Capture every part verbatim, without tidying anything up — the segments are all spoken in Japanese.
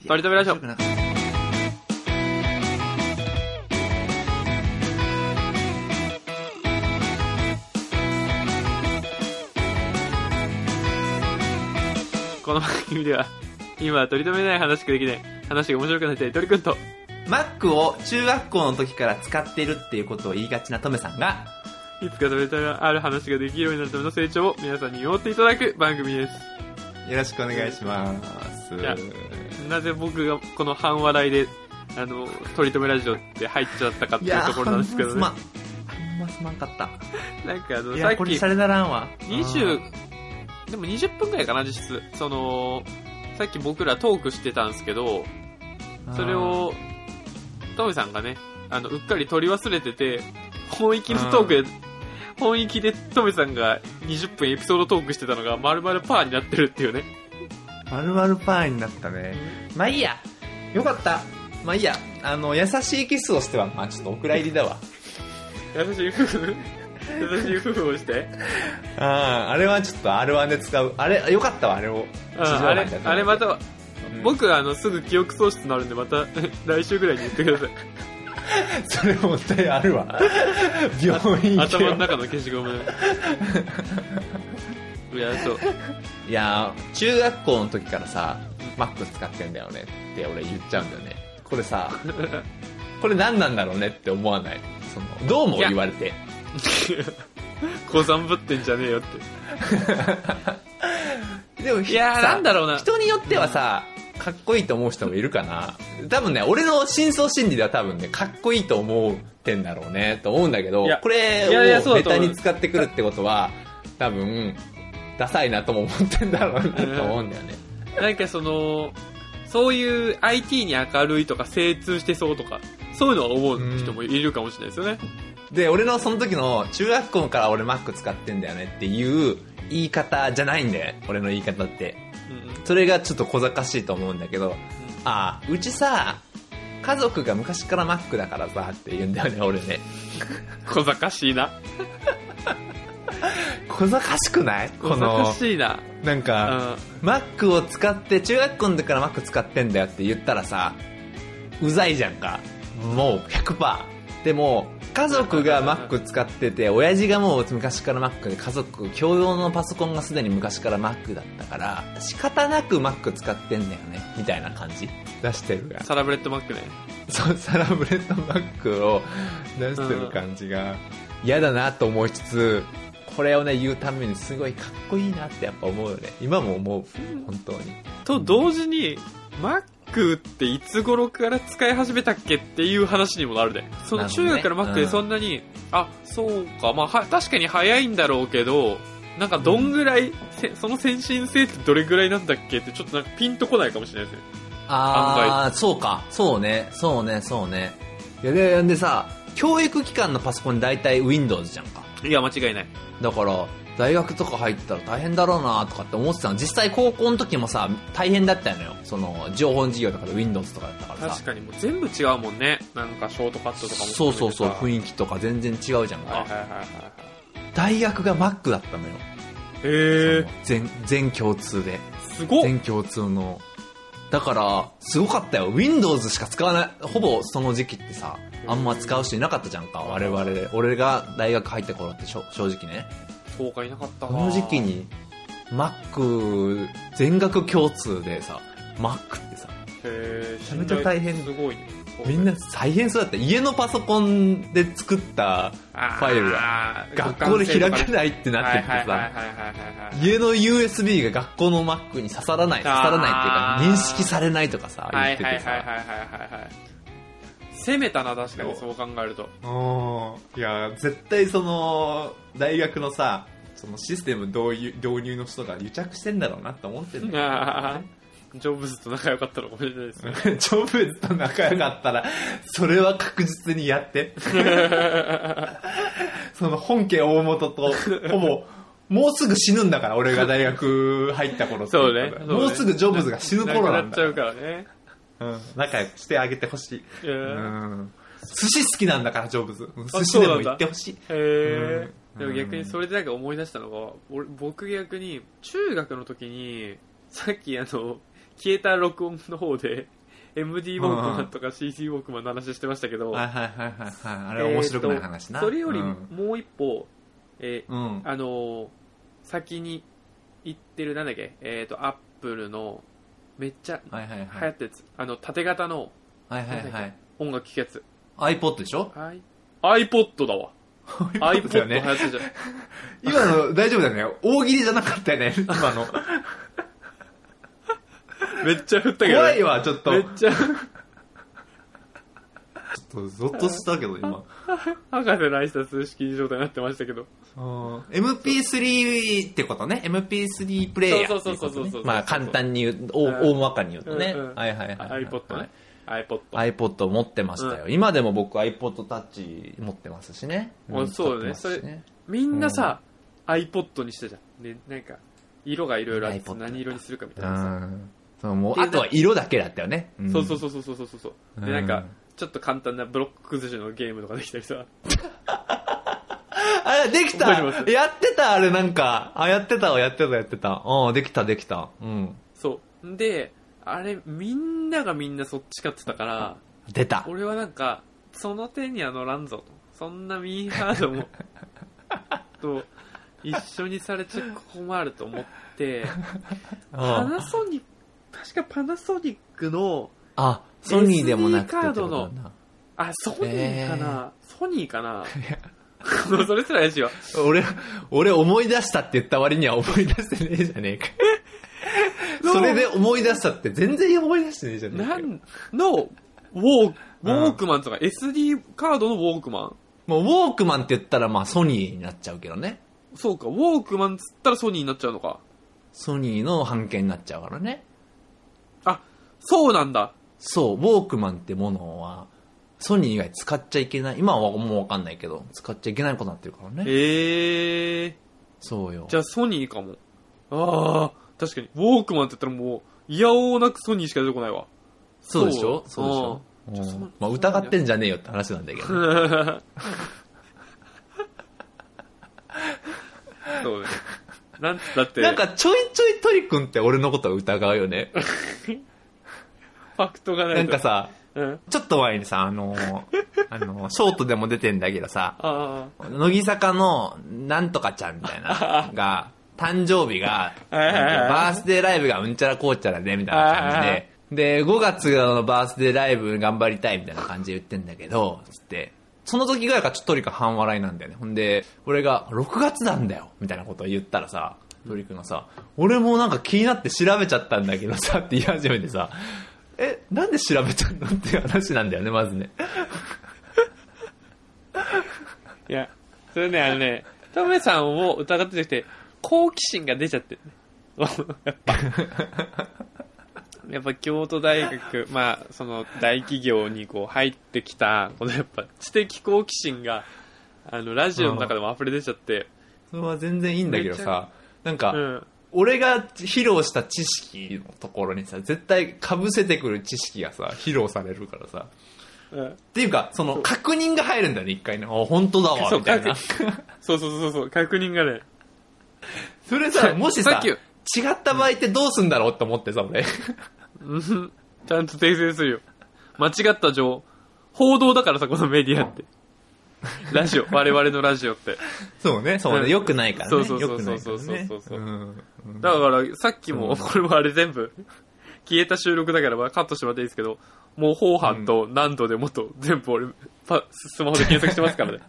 とりとめラジオ。この番組では今は取り留めない話しかできない話が面白くなっちゃい鳥くんと Mac を中学校の時から使っているっていうことを言いがちなトメさんがいつか取り留めのある話ができるようになるための成長を皆さんに祝っていただく番組です。 よろしくお願いします。 いやなぜ僕がこの半笑いであの取り留めラジオって入っちゃったかっていうところなんですけどね。 あんますまんかった。 なんかあのいやさっきこれされならんわ。 にじゅうでもにじゅっぷんくらいかな実質。そのさっき僕らトークしてたんですけど、それをトミさんがねあのうっかり取り忘れてて本域のトークで本域でトミさんがにじゅっぷんエピソードトークしてたのが丸々パーになってるっていうね。 丸々パーになったね。まあいいや。よかった。まあいいや。あの優しいキスをしてはまあちょっとお蔵入りだわ。 優しい夫婦優しい夫婦をしてあああれはちょっと アールワン で使うあれよかったわあれをあれあれまた、うん、僕あのすぐ記憶喪失になるんでまた来週ぐらいに言ってください。 それもったいあるわ。病院頭の中の消しゴム。いやそういや中学校の時からさ Mac 使ってんだよねって俺言っちゃうんだよね。これさこれ何なんだろうねって思わない？そのどうも言われて小さんぶってんじゃねえよって。でもいやなんだろうな、 人によってはさかっこいいと思う人もいるかな。多分ね俺の深層心理では多分ねかっこいいと思ってんだろうねと思うんだけど、これをネタに使ってくるってことは多分ダサいなとも思ってんだろうなと思うんだよね。 なんかそのそういう アイティー に明るいとか精通してそうとかそういうのは思う人もいるかもしれないですよね。 で俺のその時の中学校から俺 Mac 使ってんだよねっていう言い方じゃないんだよ俺の言い方って、うん、それがちょっと小賢しいと思うんだけど、うん、ああうちさ家族が昔から Mac だからさって言うんだよね俺ね。 小賢しいな。 小賢しくない？この小賢しいな。 なんか、うん、Mac を使って中学校の時から Mac 使ってんだよって言ったらさうざいじゃんかもう ひゃくパーセント。でも家族が Mac 使ってて親父がもう昔から Mac で家族共用のパソコンがすでに昔から Mac だったから仕方なく Mac 使ってんだよねみたいな感じ出してるがサラブレッド Mac ね。 そうサラブレッド Mac を出してる感じが嫌だなと思いつつこれをね言うためにすごいかっこいいなってやっぱ思うよね。今も思う本当に。と同時に Macっていつ頃から使い始めたっけっていう話にもなるね。その中学から Mac でそんなに、うん、あそうかまあは確かに早いんだろうけどなんかどんぐらい、うん、その先進性ってどれぐらいなんだっけってちょっとなんかピンとこないかもしれないですね。 ああそうかそうねそうねそうね。いやででさ教育機関のパソコン大体 Windows じゃんか。 いや間違いない。 だから大学とか入ったら大変だろうなとかって思ってたの。実際高校の時もさ大変だったのよ。その情報授業とかで Windows とかだったからさ。 確かにもう全部違うもんね。なんかショートカットとかもそうそうそう雰囲気とか全然違うじゃんか、はいはいはいはい、大学が Mac だったのよ。 へえ。 全全共通で。 すごっ。 全共通のだからすごかったよ。 Windows しか使わない。ほぼその時期ってさあんま使う人いなかったじゃんか我々で。俺が大学入った頃って正直ね。 そうかいなかったこの時期に Mac 全学共通でさ Mac ってさへめちゃめちゃ大変。 すごいね。 みんな大変そうだった。家のパソコンで作ったファイルが学校で開けないってなっててさ家の ユーエスビー が学校の Mac に刺さらない刺さらないっていうか認識されないとかさ言っててさ攻めたな確かにそう考えると。 いや絶対その大学のさそのシステム導入、導入の人が癒着してんだろうなって思ってるんだよ、ね、 ジョブズと仲良かったのかもしれないですね。 ジョブズと仲良かったらそれは確実にやってその本家大元とほぼもうすぐ死ぬんだから俺が大学入った頃ってそうね、そうねもうすぐジョブズが死ぬ頃なんだからなくなっちゃうからね。 うん、仲良くしてあげてほしい、 うん、 寿司好きなんだからジョブズ寿司でも行ってほしい。 へえ、うん、でも逆にそれでなんか思い出したのが俺僕逆に中学の時にさっきあの消えた録音の方で エムディー ウォークマンとか シーディー ウォークマンの話してましたけど、 はいはいはいはいはい、あれ面白くない話な、 えー、それよりもう一歩、えーうん、 あのー、先に行ってるなんだっけ、えっ、ー、とアップルのめっちゃ流行ったやつ、はいはいはい、あの縦型の、 はいはいはい、 音楽聴くやつ iPod でしょ、 はい、iPod だわiPod 流行ってるじゃん今の大丈夫だよね、大喜利じゃなかったよね今のめっちゃ振ったけど、ね、 怖いわちょっとめっちゃちょっとゾッとしたけど今博士の挨拶数式状態になってましたけど、 エムピースリー ってことね、 エムピースリー プレイヤーっていうことね、まあ簡単に言う、大大まかに言うとね、うんうん、はいはいはい、はい、 iPod ね、iPod iPod 持ってましたよ、うん、今でも僕 iPod タッチ持ってますしね、 うん、そうだね、それみんなさ、うん、iPod にしたじゃん、ね、なんか色がいろいろあって何色にするかみたいなさ、うん、 そうもうあとは色だけだったよね、 うん、そうそうそうそうそうそうそう、うん、でなんかちょっと簡単なブロック崩しのゲームとかできたりさあれできた、やってた、あれなんかあやってたわ、やってたやってた、うん、できたできた、うん、 そうであれみんながみんなそっち買ってたから出た、 俺はなんかその手には乗らんぞと、そんなミーハードもと一緒にされちゃ困ると思ってパナソニック、確かパナソニックのあソニーでもなくてエスディー カードの、あソニーかな、えー、ソニーかなそれすら怪しいわ俺俺思い出したって言った割には思い出してねえじゃねえかそれで思い出したって全然思い出してねえじゃねえかなんのウォー、ウォークマンとか、うん、エスディー カードのウォークマン、 もうウォークマンって言ったらまあソニーになっちゃうけどね、 そうか、ウォークマンっつったらソニーになっちゃうのか、 ソニーの版権になっちゃうからね、 あそうなんだ、 そうウォークマンってものはソニー以外使っちゃいけない、今はもう分かんないけど使っちゃいけないことになってるからね、 へえー、 そうよ、 じゃあソニーかも、ああ確かにウォークマンって言ったらもういやおうなくソニーしか出てこないわ、 そうでしょ、そうでしょ、うんまあ、疑ってんじゃねえよって話なんだけど、ね、 そうね、なんだってなんかちょいちょいトリ君って俺のことを疑うよねファクトがないとなんかさ、 うん、 ちょっと前にさあのあのショートでも出てんだけどさあ乃木坂のなんとかちゃんみたいなが誕生日がバースデーライブがうんちゃらこうちゃらでみたいな感じででごがつのバースデーライブ頑張りたいみたいな感じで言ってんだけどつってその時ぐらいからちょっとトリ君半笑いなんだよね。ほんで俺がろくがつなんだよみたいなことを言ったらさトリ君がさ俺もなんか気になって調べちゃったんだけどさって言い始めてさえなんで調べたのっていう話なんだよねまずねいやそれねあのねトメさんを疑ってなくて好奇心が出ちゃってるねやっぱやっぱ京都大学まあその大企業にこう入ってきたこのやっぱ知的好奇心があのラジオの中でも溢れ出ちゃってそれは全然いいんだけどさなんか、うん、俺が披露した知識のところにさ絶対被せてくる知識がさ披露されるからさ、うん、っていうかその確認が入るんだよね一回ねあ本当だわみたいなそうそうそうそう確認がねそれさもしさ違った場合ってどうすんだろうって思ってさ俺ちゃんと訂正するよ間違った情報道だからさこのメディアってラジオ我々のラジオってそうねそうね、うん、よくないからねそうそうそうそうそうそうそう、うんうん、だからさっきもこれもあれ全部消えた収録だからカットしてもらっていいですけどもう後半と何度でもと全部俺パスマホで検索してますからね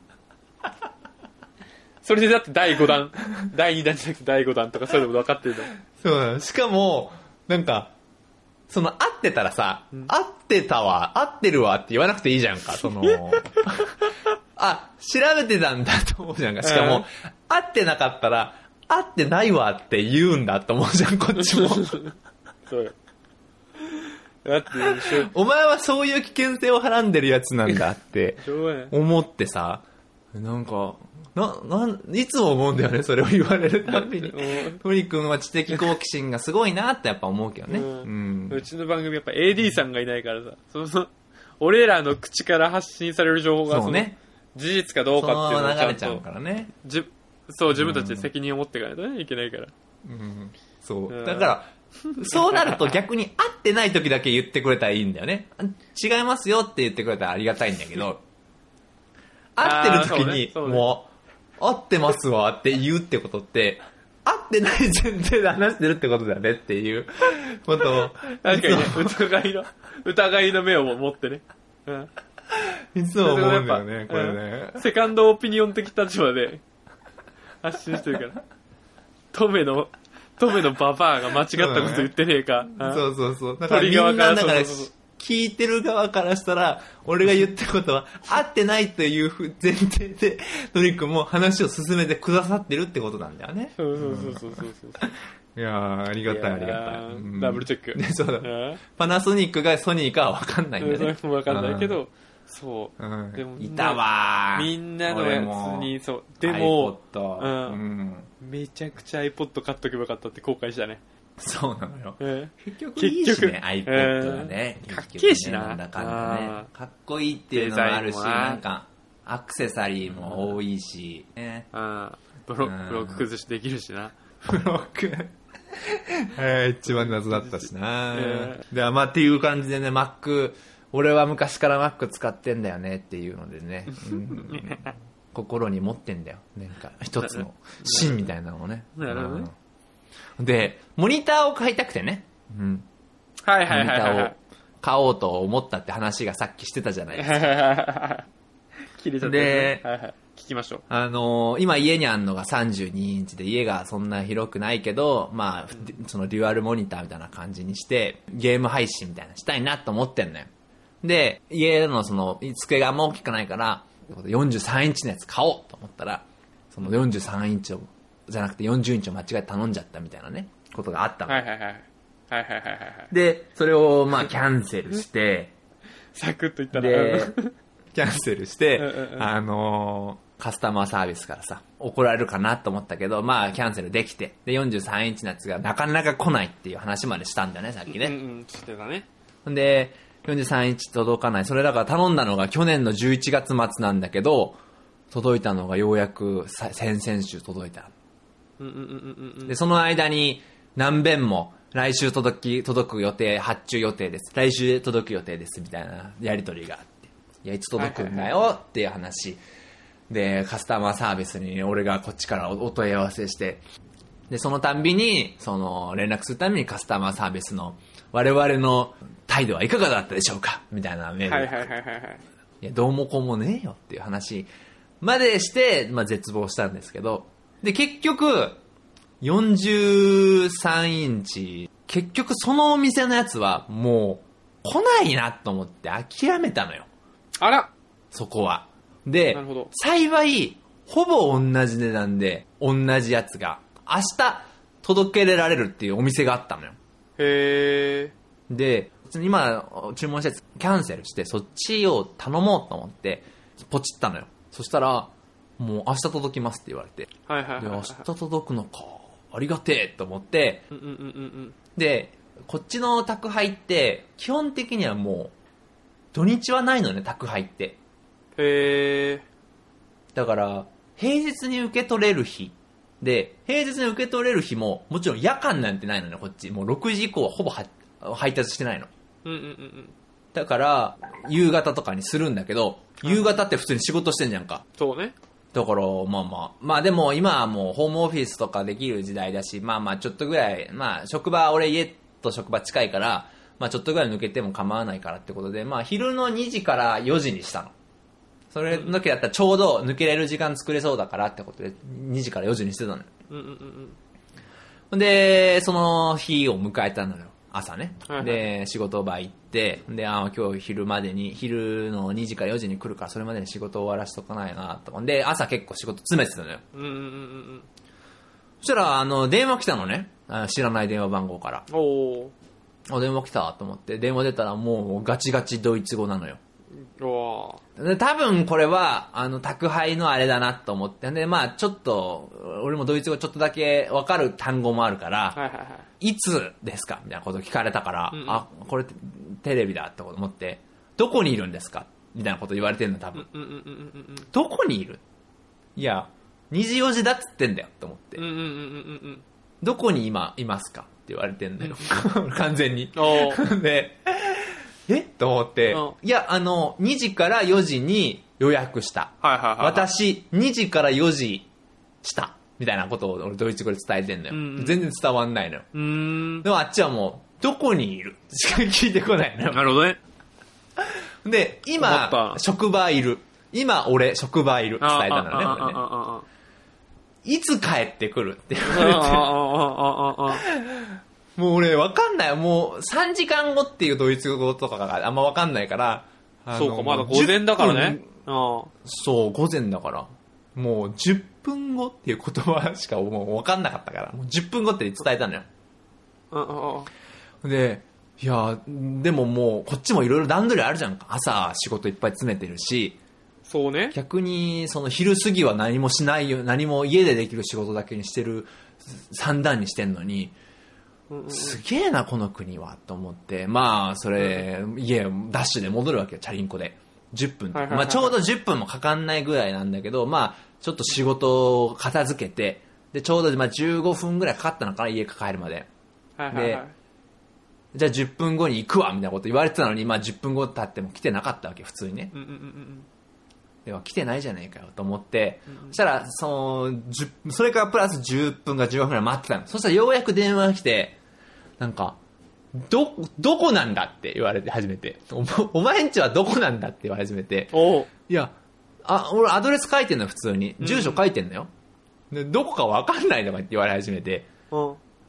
それでだってだいごだんだいにだんじゃなくてだいごだんとかそういうのも分かってるのそうなのしかもなんかその合ってたらさ、うん、合ってたわ合ってるわって言わなくていいじゃんかそのあ調べてたんだと思うじゃんかしかも、うん、合ってなかったら合ってないわって言うんだと思うじゃんこっちもそうだってお前はそういう危険性をはらんでるやつなんだって思ってさなんかな、なん、いつも思うんだよね、それを言われるたびに。トリ君は知的好奇心がすごいなってやっぱ思うけどね。うんうん、うちの番組やっぱ エーディー さんがいないからさ、その、俺らの口から発信される情報がその、ね、事実かどうかっていうのをちゃんと、 流れちゃうからね。 じそう、自分たちで責任を持っていかないとね、いけないから。 うん、そう。だから、 そうなると逆に会ってない時だけ言ってくれたらいいんだよね。違いますよって言ってくれたらありがたいんだけど、会ってる時に、 そうねそうね、 もう、会ってますわって言うってことって、会ってない前提で話してるってことだよねっていうことを。 確かにね、疑いの、疑いの目を持ってね。うん。 いつも思うんだよね、これね、 うん。セカンドオピニオン的立場で発信してるから。トメの、トメのババアが間違ったこと言ってねえか。 うん、そうそうそう。だからみんな、だから、聞いてる側からしたら、俺が言ったことは、合ってないという前提で、トリックも話を進めてくださってるってことなんだよね。 そうそうそうそうそうそう。 いやー、ありがたいありがたい。 うん、ダブルチェック。 ね、そうだ。パナソニックがソニーかは分かんないんだね。 分かんないけど、そう。 うん、でもいたわー。 みんなのやつに、そう。でも、 iPod、うん、 めちゃくちゃ iPod 買っとけばよかったって後悔したね。 そうなのよ。 えー、 結局いいしね、iPod がね。 かっけえしな。 なんだかんだね。かっこいいっていうのもあるし、なんか、アクセサリーも多いし、ね。 あブロブロック崩しできるしな。 ブロック。えー、一番謎だったしな。えー、では、まあっていう感じでね、Mac、俺は昔から Mac 使ってんだよねっていうのでね。うん、心に持ってんだよ。なんか、一つの芯みたいなのをね。 なるほどね。 で、モニターを買いたくてね。うん。 はいはいはい、はい。モニターを買おうと思ったって話がさっきしてたじゃないですか。 切れちゃった、ね。 で、 はいはい、聞きましょう。 あのー、今家にあるのがさんじゅうにインチで、家がそんな広くないけど、まあ、うん、そのデュアルモニターみたいな感じにして、ゲーム配信みたいなしたいなと思ってんのよ。で、家のその、机があんま大きくないから、よんじゅうさんインチのやつ買おうと思ったら、そのよんじゅうさんインチを、じゃなくてよんじゅうインチを間違えて頼んじゃったみたいなね、ことがあったの。 はいはいはい。はいはいはいはい。 で、それをまあキャンセルして、 サクッと言ったら。 で、キャンセルして、あのー、カスタマーサービスからさ、怒られるかなと思ったけど、まあキャンセルできて、で、よんじゅうさんインチのやつがなかなか来ないっていう話までしたんだよね、さっきね。 うんうん、してたね。 で、よんじゅうさんインチ届かない。それだから頼んだのが去年のじゅういちがつ末なんだけど、届いたのがようやく先々週届いた。で、その間に何遍も来週届き、届く予定、発注予定です。来週届く予定です。みたいなやり取りがあって。いや、いつ届くんだよっていう話。で、カスタマーサービスに俺がこっちからお問い合わせして、で、そのたんびに、その連絡するためにカスタマーサービスの我々の態度はいかがだったでしょうかみたいなメール。 はいはいはいはい。 いや、どうもこうもねえよっていう話までして、まあ絶望したんですけど、で、結局、よんじゅうさんインチ、結局そのお店のやつはもう来ないなと思って諦めたのよ。 あらそこは。で、 なるほど。 幸い、ほぼ同じ値段で、同じやつが、明日届けられるっていうお店があったのよ。 へー。 で、今注文したやつキャンセルして、そっちを頼もうと思って、ポチったのよ。そしたら、もう明日届きますって言われて。 はいはいはい、はい。 で、明日届くのか。ありがてえと思って、 うんうんうんうん、 で、こっちの宅配って基本的にはもう土日はないのね、宅配って。 へー。 だから平日に受け取れる日で、平日に受け取れる日ももちろん夜間なんてないのね、こっち。もうろくじ以降はほぼは配達してないの。 うんうんうんうん。 だから夕方とかにするんだけど、夕方って普通に仕事してんじゃんか。 そうね。 だから、まあまあ。まあでも今はもうホームオフィスとかできる時代だし、まあまあちょっとぐらい、まあ職場、俺家と職場近いから、まあちょっとぐらい抜けても構わないからってことで、まあ昼のにじからよじにしたの。それの時だったらちょうど抜けれる時間作れそうだからってことで、にじからよじにしてたのよ。 うんうんうんうん。 で、その日を迎えたのよ。朝ね。 はいはい、 で、仕事場行って、で、あ今日昼までに、昼のにじからよじに来るから、それまでに仕事を終わらしとかないなとか。で、朝結構仕事詰めてたのよ。 うんうんうんうん。 そしたら、あの、電話来たのね。知らない電話番号から。 おー。電話来たと思って、電話出たらもうガチガチドイツ語なのよ。 おで多分これは、あの、宅配のあれだなと思って。で、まあちょっと、俺もドイツ語ちょっとだけわかる単語もあるから、 はいはいはい。 いつですかみたいなことを聞かれたから、 うんうん、 あ、これテレビだって思って、どこにいるんですかみたいなこと言われてるの多分、 うんうんうんうんうん。 どこにいるいや、にじよじだっつってんだよって思って、 うんうんうんうんうん。 どこに今いますか言われてんだよ。完全に。 おーで、えと思って、 ういや、あの、にじからよじに予約した。 はいはいはいはい。 私、にじからよじした。みたいなことを俺ドイツ語で伝えてんのよ。 うんうん、 全然伝わんないのよ。 うーん。 でもあっちはもう、どこにいるしか聞いてこないのよ。 なるほどね。 で、今、職場いる。今、俺、職場いる。伝えたのね。俺ねあああああいつ帰ってくるって言われて。 あああああもう俺わかんない。もうさんじかんごっていうドイツ語とかがあんまわかんないから。 そうか、まだ午前だからね。ああそう、午前だから。もうじゅっぷんごっていう言葉しかもうわかんなかったから。もうじゅっぷんごって伝えたのよ。 ああで、いや、でももうこっちもいろいろ段取りあるじゃんか。朝仕事いっぱい詰めてるし。 そうね。 逆にその昼過ぎは何もしないよ。何も家でできる仕事だけにしてる三段にしてんのに。すげえなこの国はと思って、まあそれ家ダッシュで戻るわけよ、チャリンコでじゅっぷん、はいはいはい、まあ、ちょうどじゅっぷんもかかんないぐらいなんだけど、まあちょっと仕事を片付けて、でちょうどまあじゅうごふんぐらいかかったのかな、家帰るまで、 はいはいはい、 でじゃあじゅっぷんごに行くわみたいなこと言われてたのに、まあじゅっぷんご経っても来てなかったわけ、普通にね、 うんうんうんうん、 では来てないじゃないかよと思って、うんうん、そしたらそのそれからプラスじゅっぷんかじゅうごふんぐらい待ってたの。そしたらようやく電話が来て、なんか、ど、どこなんだって言われて初めて。お, お前んちはどこなんだって言われ始めて。 おいや、あ、俺アドレス書いてんの普通に。住所書いてんのよ。うん、で、どこかわかんないとかって言われ始めて。うん、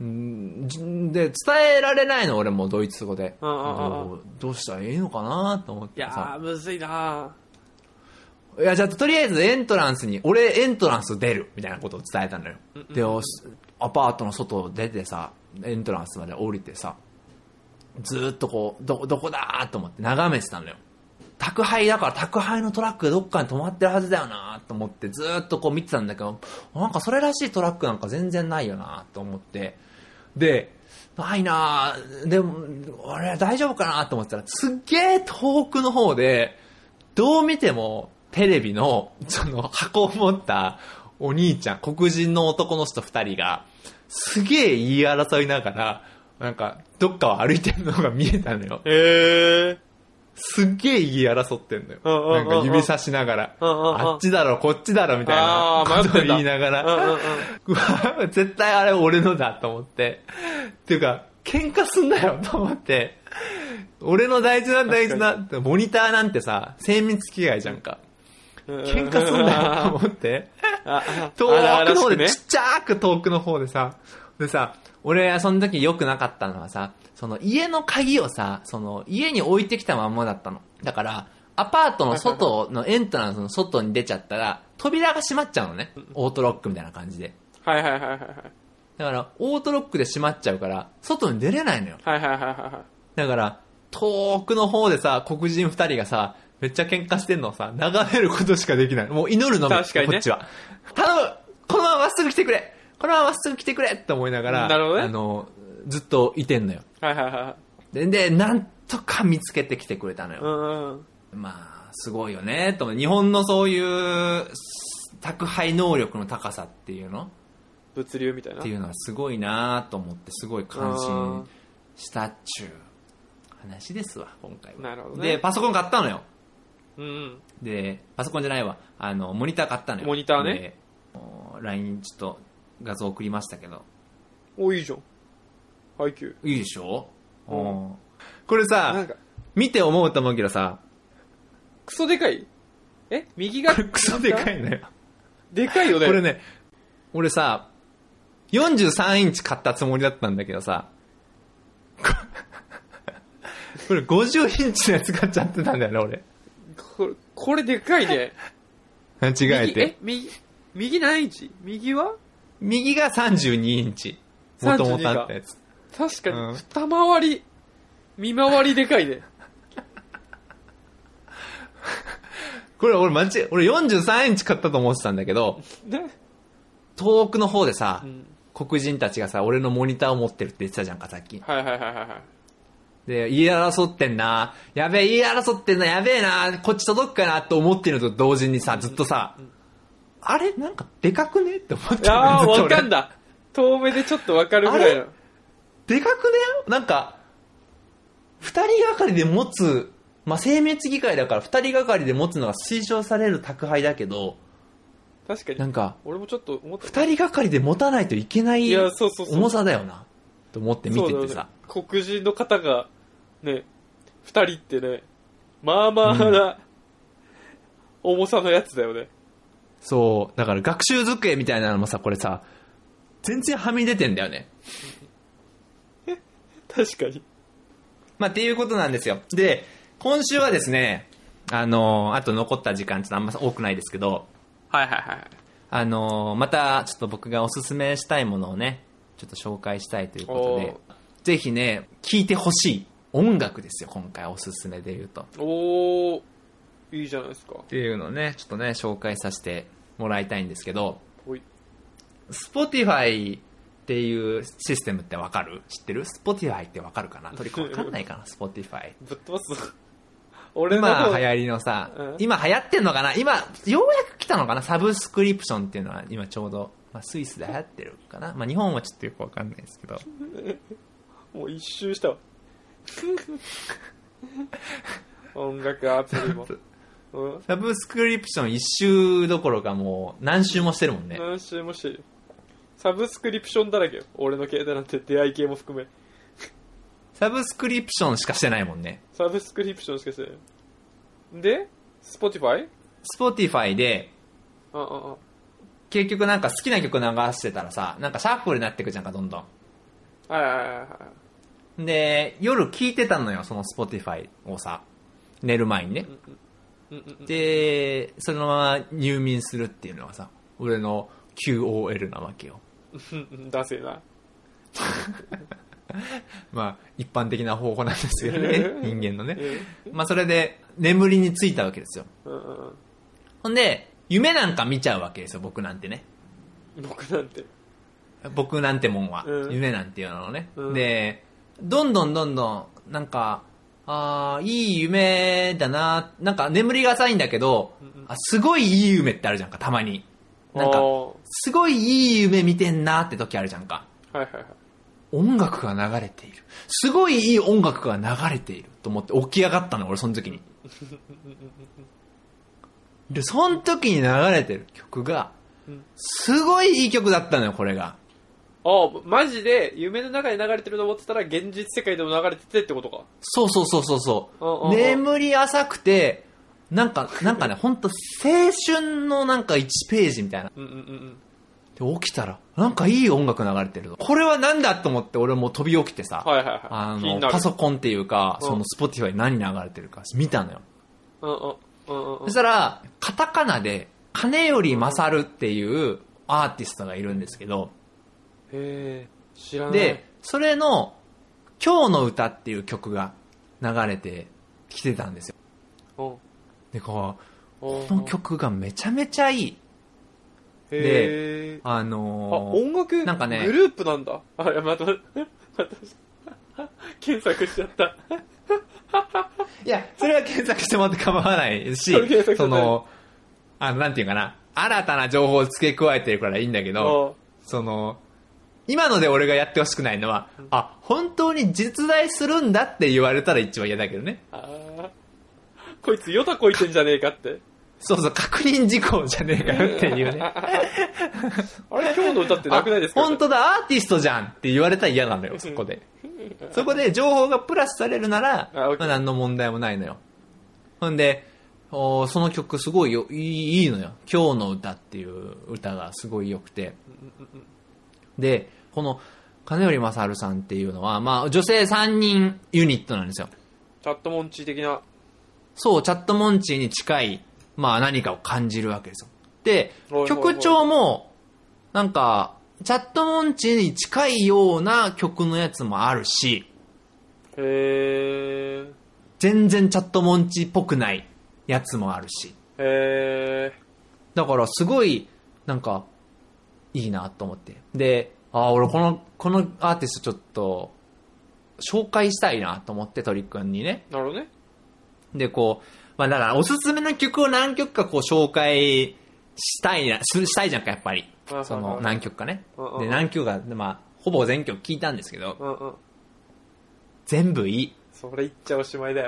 で、伝えられないの俺もドイツ語で。どうしたらいいのかなと思ってさ。 いやー、むずいないや、じゃあとりあえずエントランスに、俺エントランス出るみたいなことを伝えたのよ。うんうん、で、アパートの外出てさ、エントランスまで降りてさ、ずーっとこう、ど、どこだーと思って眺めてたのよ。宅配だから宅配のトラックがどっかに止まってるはずだよなーと思ってずーっとこう見てたんだけど、なんかそれらしいトラックなんか全然ないよなーと思って、で、ないなー、でも、あれ大丈夫かなーと思ってたら、すっげー遠くの方で、どう見てもテレビのその箱を持ったお兄ちゃん、黒人の男の人二人が、すげえ言い争いながら、なんか、どっかを歩いてるのが見えたのよ。 へー。 すっげえ言い争ってんのよ。なんか指さしながら、あっちだろ、こっちだろ、みたいなことを言いながら、絶対あれ俺のだと思って。っていうか、喧嘩すんなよと思って、俺の大事な大事な、モニターなんてさ、精密機械じゃんか。喧嘩すんなよと思って、遠くの方で、ちっちゃく遠くの方でさ、でさ、俺その時良くなかったのはさ、その家の鍵をさ、その家に置いてきたまんまだったの。だから、アパートの外のエントランスの外に出ちゃったら、扉が閉まっちゃうのね。オートロックみたいな感じで。 はいはいはいはい。 だから、オートロックで閉まっちゃうから、外に出れないのよ。 はいはいはいはい。 だから、遠くの方でさ、黒人二人がさ、めっちゃ喧嘩してんのをさ、眺めることしかできない。もう祈るのみ、 確かにね、 こっちは。頼む、このまままっすぐ来てくれこのまままっすぐ来てくれって思いながら、 なるほどね、 あの、ずっといてんのよ。 はいはいはい。 で、でなんとか見つけてきてくれたのよ。 うんうん、 まあ、すごいよね、と。日本のそういう宅配能力の高さっていうの物流みたいなっていうのはすごいなと思って、すごい感心したっちゅう話ですわ、今回は。 なるほどね。 で、パソコン買ったのよ。 うん、 で、パソコンじゃないわ。あの、モニター買ったのよ。 モニターね。 ライン ちょっと画像送りましたけど。 お、いいじゃん。配給。 いいでしょ、 うん、 これさ、見て思うと思うけどさ、 クソでかいえ右がこれクソでかいのよ。 でかいよね。 これね、俺さ、よんじゅうさんインチ買ったつもりだったんだけどさ、これごじゅうインチのやつ買っちゃってたんだよね、俺。 これ、これでかいね。 間違えて。 え、右、右何インチ右は右がさんじゅうにインチ。もともとあったやつ。 確かに、うん、二回り、見回りでかいね。 これ俺間違え、俺よんじゅうさんインチ買ったと思ってたんだけど、遠くの方でさ、うん、黒人たちがさ、俺のモニターを持ってるって言ってたじゃんか、さっき。 はいはいはいはい。 で、言い争ってんな、やべえ、言い争ってんな、やべえな、こっち届くかなと思ってるのと同時にさ、ずっとさ、うんうん、あれなんかでかくねって思ってる。 ああ、わかんだ。遠目でちょっとわかるぐらいの。 でかくねなんか、二人がかりで持つ、まあ、精密機械だから二人がかりで持つのが推奨される宅配だけど、 確かに。 なんか、 俺もちょっと思った。 二人がかりで持たないといけない重さだよな。と思って見ててさ。 ね、黒人の方が、ね、二人ってね、まあまあな、うん、重さのやつだよね。 そう。だから学習机みたいなのもさ、これさ、全然はみ出てんだよね。 確かに。 まあ、っていうことなんですよ。で、今週はですね、あのー、あと残った時間ちょっとあんま多くないですけど、 はいはいはい。 あのー、またちょっと僕がおすすめしたいものをね、ちょっと紹介したいということで、ぜひね、聴いてほしい音楽ですよ、今回おすすめで言うと。 おー、いいじゃないですか。 っていうのをね、ちょっとね、紹介させてもらいたいんですけど、Spotify っていうシステムってわかる？知ってる？ Spotify ってわかるかな？トリコわかんないかな？Spotify。 ぶっ飛ばす。俺の今流行りのさ、うん、今流行ってんのかな？今、ようやく来たのかな？サブスクリプションっていうのは今ちょうど、まあ、スイスで流行ってるかな？まあ日本はちょっとよくわかんないですけど。 もう一周したわ。音楽アプリも。 うん、サブスクリプション一周どころかもう何周もしてるもんね。 何周もしてる。サブスクリプションだらけよ。俺の携帯なんて出会い系も含め。 サブスクリプションしかしてないもんね。 サブスクリプションしかしてない。で、Spotify？ Spotify で、 あああ結局なんか好きな曲流してたらさ、なんかシャッフルになってくじゃんか、どんどん。 はいはいはいはい。 で、夜聴いてたのよ、その Spotify をさ。寝る前にね。うんうんうん、で、そのまま入眠するっていうのがさ、俺の キューオーエル なわけよ。 だせえな。 まあ、一般的な方法なんですよね。人間のね。まあ、それで、眠りについたわけですよ。ほんで、夢なんか見ちゃうわけですよ、僕なんてね。 僕なんて。 僕なんてもんは。夢なんていうのね。で、どんどんどんどん、なんか、ああ、いい夢だな。なんか眠りが浅いんだけど、あすごいいい夢ってあるじゃんか、たまに。なんか、すごいいい夢見てんなって時あるじゃんか。 はいはいはい。 音楽が流れている。すごいいい音楽が流れていると思って起き上がったの、俺その時に。で、その時に流れてる曲が、すごいいい曲だったのよ、これが。 ああ、マジで夢の中で流れてると思ってたら現実世界でも流れててってことか。 そうそうそうそうそう。眠り浅くて、なんか、なんかね、ほんと青春のなんかいちページみたいな。 うんうんうん。 で、起きたら、なんかいい音楽流れてるの。これはなんだと思って俺もう飛び起きてさ、 はいはいはい。 あの、パソコンっていうか、その Spotify 何流れてるか見たのよ。 うんうんうんうん。 そしたら、カタカナで、金より勝るっていうアーティストがいるんですけど、 へー、知らない。 で、それの、今日の歌っていう曲が流れてきてたんですよ。 おで、こう、この曲がめちゃめちゃいい。 で、 あのー、 あ、音楽なんかね、グループなんだ。あ、いや、待って、待って、検索しちゃった。 いや、それは検索してもらって構わないし、その、あの、なんていうかな、新たな情報を付け加えてるからいいんだけど、その、今ので俺がやってほしくないのは、うん、あ、本当に実在するんだって言われたら一番嫌だけどね。 ああ、こいつヨタこいてんじゃねえかって。 そうそう、確認事項じゃねえかよっていうね。 あれ、今日の歌ってなくないですか？ 本当だ、アーティストじゃんって言われたら嫌なんだよ、そこで。そこで情報がプラスされるなら、まあ、何の問題もないのよ。ほんで、おその曲すごいよ、いい、いいのよ。今日の歌っていう歌がすごい良くて。で、この金頼勝さんっていうのは、まあ女性さんにんユニットなんですよ。 チャットモンチー的な。 そう、チャットモンチーに近い、まあ何かを感じるわけですよ。で、曲調も、なんか、チャットモンチーに近いような曲のやつもあるし、 へー。 全然チャットモンチーっぽくないやつもあるし。 へー。 だからすごい、なんか、いいなと思って。で、ああ、俺この、このアーティストちょっと、紹介したいなと思って鳥くんにね。 なるほどね。 で、こう、まあだからおすすめの曲を何曲かこう紹介したいな、したいじゃんか、やっぱり。その何曲かね。で、何曲か、まあ、 ほぼ全曲聴いたんですけど、 うんうん。 全部いい。 それ言っちゃおしまいだよ。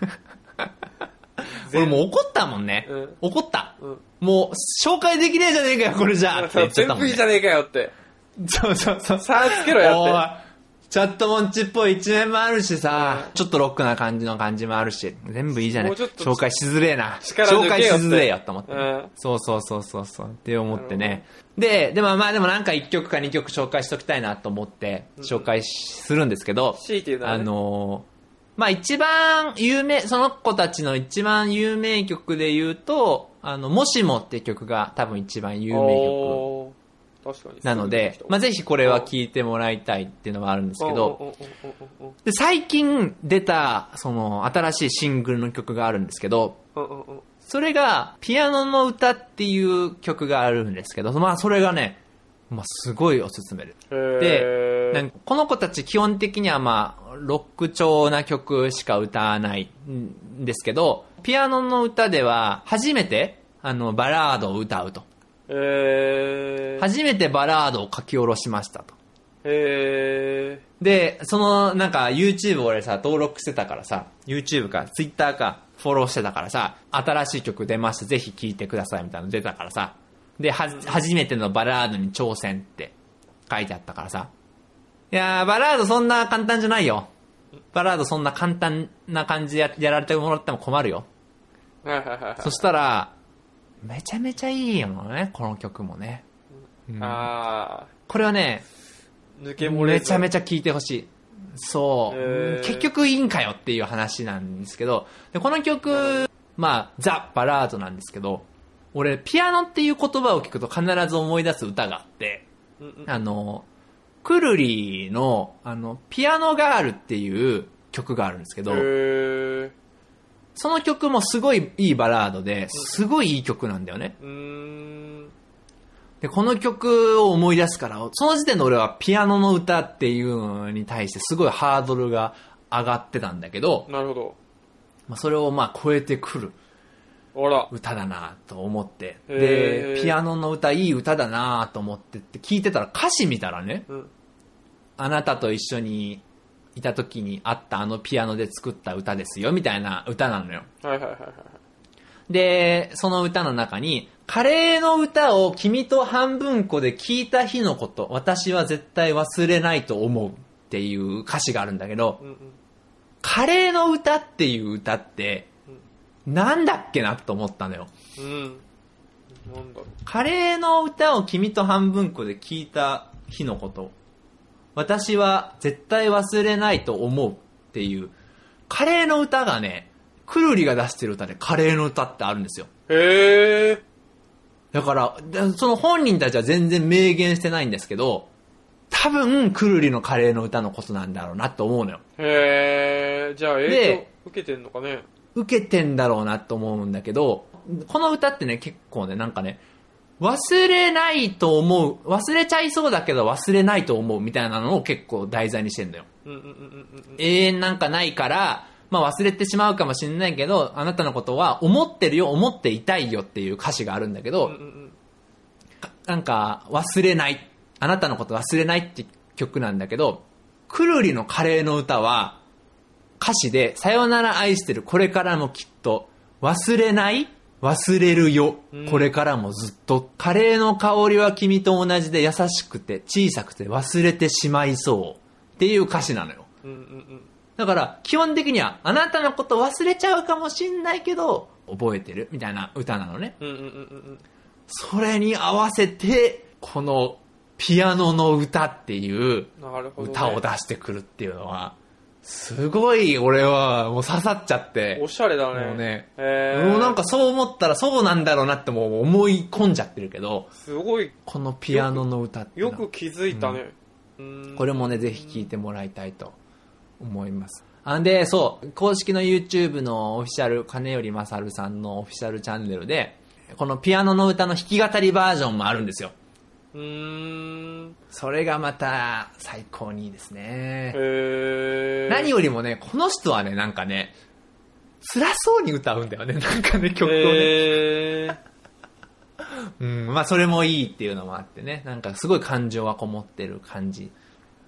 俺もう怒ったもんね。 うん、 怒った、 うん。 もう、紹介できねえじゃねえかよ、これじゃあって言っちゃったもん、ね。 全部いいじゃねえかよって。 そうそうそう。 さあつけろよって。 チャットモンチっぽい一面もあるしさ、うん、ちょっとロックな感じの感じもあるし、全部いいじゃない。紹介しづれえな。紹介しづれえよと思って、うん。そうそうそうそうそう。って思ってね。で、でもまあでもなんかいっきょくかにきょく紹介しときたいなと思って、紹介するんですけど、 強いて言うならね、 あのー、まあ一番有名、その子たちの一番有名曲で言うと、あの、もしもって曲が多分一番有名曲。なので、まあ、ぜひこれは聴いてもらいたいっていうのはあるんですけど、で最近出たその新しいシングルの曲があるんですけど、それがピアノの歌っていう曲があるんですけど、まあそれがね、まあ、すごいおすすめで。で、なんかこの子たち基本的にはまあロック調な曲しか歌わないんですけど、ピアノの歌では初めてあのバラードを歌うと。 えー、 初めてバラードを書き下ろしましたと。 へー。 で、そのなんか YouTube 俺さ登録してたからさ、 YouTube か Twitter かフォローしてたからさ、新しい曲出ましたぜひ聴いてくださいみたいなの出たからさ、では、うん、初めてのバラードに挑戦って書いてあったからさ、いやーバラードそんな簡単じゃないよ。バラードそんな簡単な感じで や, やられてもらっても困るよ。そしたらめちゃめちゃいいよね、この曲もね。うん、あこれはね、 抜け漏れめちゃめちゃ聴いてほしい。そう、結局いいんかよっていう話なんですけど、でこの曲、まあザ・バラードなんですけど、俺ピアノっていう言葉を聞くと必ず思い出す歌があって、うんうん、あのくるりのあのピアノガールっていう曲があるんですけど、その曲もすごいいいバラードですごいいい曲なんだよね。うーんでこの曲を思い出すから、その時点で俺はピアノの歌っていうのに対してすごいハードルが上がってたんだけど、 なるほど、 まあ、それをまあ超えてくる歌だなと思って、でピアノの歌いい歌だなと思ってって聞いてたら、歌詞見たらね、うん、あなたと一緒にいた時にあったあのピアノで作った歌ですよみたいな歌なのよ。 はいはいはいはい。 でその歌の中に、カレーの歌を君と半分こで聞いた日のこと、私は絶対忘れないと思うっていう歌詞があるんだけど、うんうん、カレーの歌っていう歌ってなんだっけなと思ったのよ。うん、なんだろう。カレーの歌を君と半分こで聞いた日のこと、私は絶対忘れないと思うっていうカレーの歌がね、くるりが出してる歌でカレーの歌ってあるんですよ。 へー。 だからその本人たちは全然明言してないんですけど、多分くるりのカレーの歌のことなんだろうなと思うのよ。 へー。じゃあ影響受けてんのかね。 受けてんだろうなと思うんだけど、この歌ってね、結構ね、なんかね、忘れないと思う、忘れちゃいそうだけど忘れないと思うみたいなのを結構題材にしてんだよ。うんうんうんうん、永遠なんかないから、まあ忘れてしまうかもしれないけど、あなたのことは思ってるよ、思っていたいよっていう歌詞があるんだけど、うんうんうん、なんか忘れない、あなたのこと忘れないって曲なんだけど、くるりのカレーの歌は歌詞で、さよなら愛してる、これからもきっと忘れない、忘れるよ、これからもずっと、うん、カレーの香りは君と同じで優しくて小さくて忘れてしまいそうっていう歌詞なのよ。うんうんうん、だから基本的にはあなたのこと忘れちゃうかもしんないけど覚えてるみたいな歌なのね。うんうんうんうん、それに合わせてこのピアノの歌っていう歌を出してくるっていうのはすごい俺はもう刺さっちゃって、 おしゃれだね。 もうね、もうなんかそう思ったらそうなんだろうなってもう思い込んじゃってるけど、 すごいこのピアノの歌ってよく気づいたね。 うん、これもねぜひ聴いてもらいたいと思います。あんでそう公式の YouTube のオフィシャル金頼勝さんのオフィシャルチャンネルでこのピアノの歌の弾き語りバージョンもあるんですよ。うーん、それがまた最高にいいですね。へー。何よりもね、この人はね、なんかね、辛そうに歌うんだよね、なんかね、曲をね。へー。うん、まあそれもいいっていうのもあってね、なんかすごい感情がこもってる感じ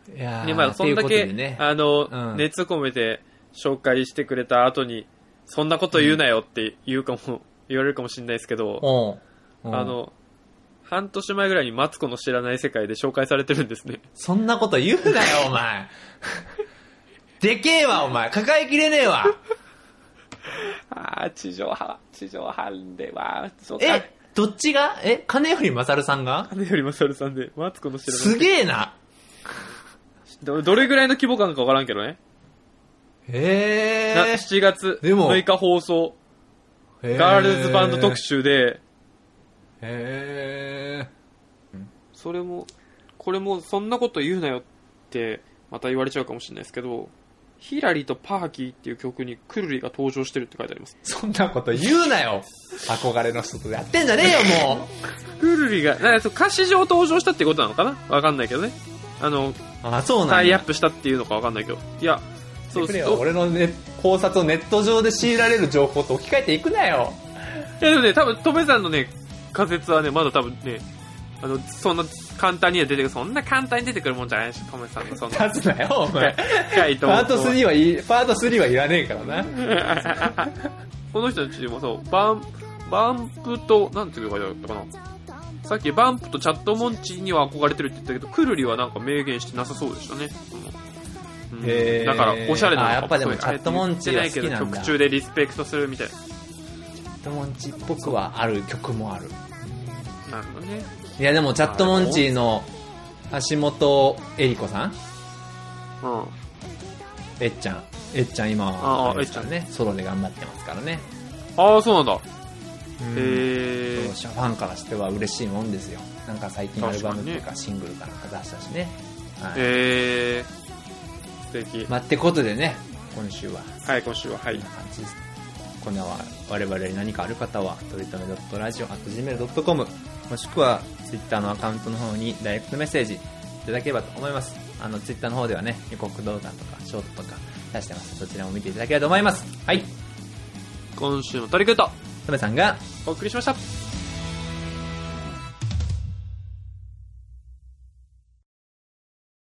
いやーで、まあ、そんだけ、 ということでね、 あの、 うん、 熱込めて紹介してくれた後に、そんなこと言うなよって言うかも、うん、言われるかもしれないですけど、 うん、 あの、半年前ぐらいにマツコの知らない世界で紹介されてるんですね。 そんなこと言うなよ、お前。でけえわ、お前。抱えきれねえわ。 ああ、地上波、地上波では、そうか。 え、どっちがえ、金よりまさるさんが金よりまさるさんで、マツコの知らない。 すげえな。 ど、どれぐらいの規模感かわからんけどね。 へえ。 なしちがつむいか放送、ガールズバンド特集で、 へー。 それも、これもそんなこと言うなよってまた言われちゃうかもしれないですけど、ヒラリとパーキーっていう曲にクルリが登場してるって書いてあります。 そんなこと言うなよ。憧れの人とやってんじゃねえよ、もう。クルリが、なんか歌詞上登場したってことなのかなわかんないけどね。あの、 あ、そうなんだ。 タイアップしたっていうのかわかんないけど。いや、 そうそう。俺の、ね、考察をネット上で強いられる情報と置き換えていくなよ。 いやでもね、多分、トメさんのね、仮説はね、まだ多分ね、あの、そんな簡単には出てくる、そんな簡単に出てくるもんじゃないし、トメさんのそんな。 立つなよ、お前。 パートスリーはいい、パートスリーはいらねえからな。 この人たちもそう、バン、バンプと、なんていうか書いてあったかな。さっきバンプとチャットモンチには憧れてるって言ったけど、クルリはなんか明言してなさそうでしたね。うん、 へー。 だから、おしゃれなのかやっぱでもチャットモンチは好きなんだ。 曲中でリスペクトするみたいな。 チャットモンチっぽくはある曲もある。 なるほどね。 いやでもチャットモンチの橋本恵里子さん、 うん、 えっちゃんえっちゃん今はあれですからね、ソロで頑張ってますからね。 ああ、そうなんだ。 へえ。ファンからしては嬉しいもんですよ。なんか最近アルバムとかシングルかなんか出したしね。 はい、へえ。素敵。 まあ、ってことでね、今週ははい今週ははい。 こんな感じです。この我々に何かある方はとりとめ .radio アット ジーメール ドットコム もしくは Twitter のアカウントの方にダイレクトメッセージいただければと思います。あの Twitter の方ではね、予告動画とかショートとか出してます。そちらも見ていただければと思います。はい、 今週のトリクートトメさんがお送りしました。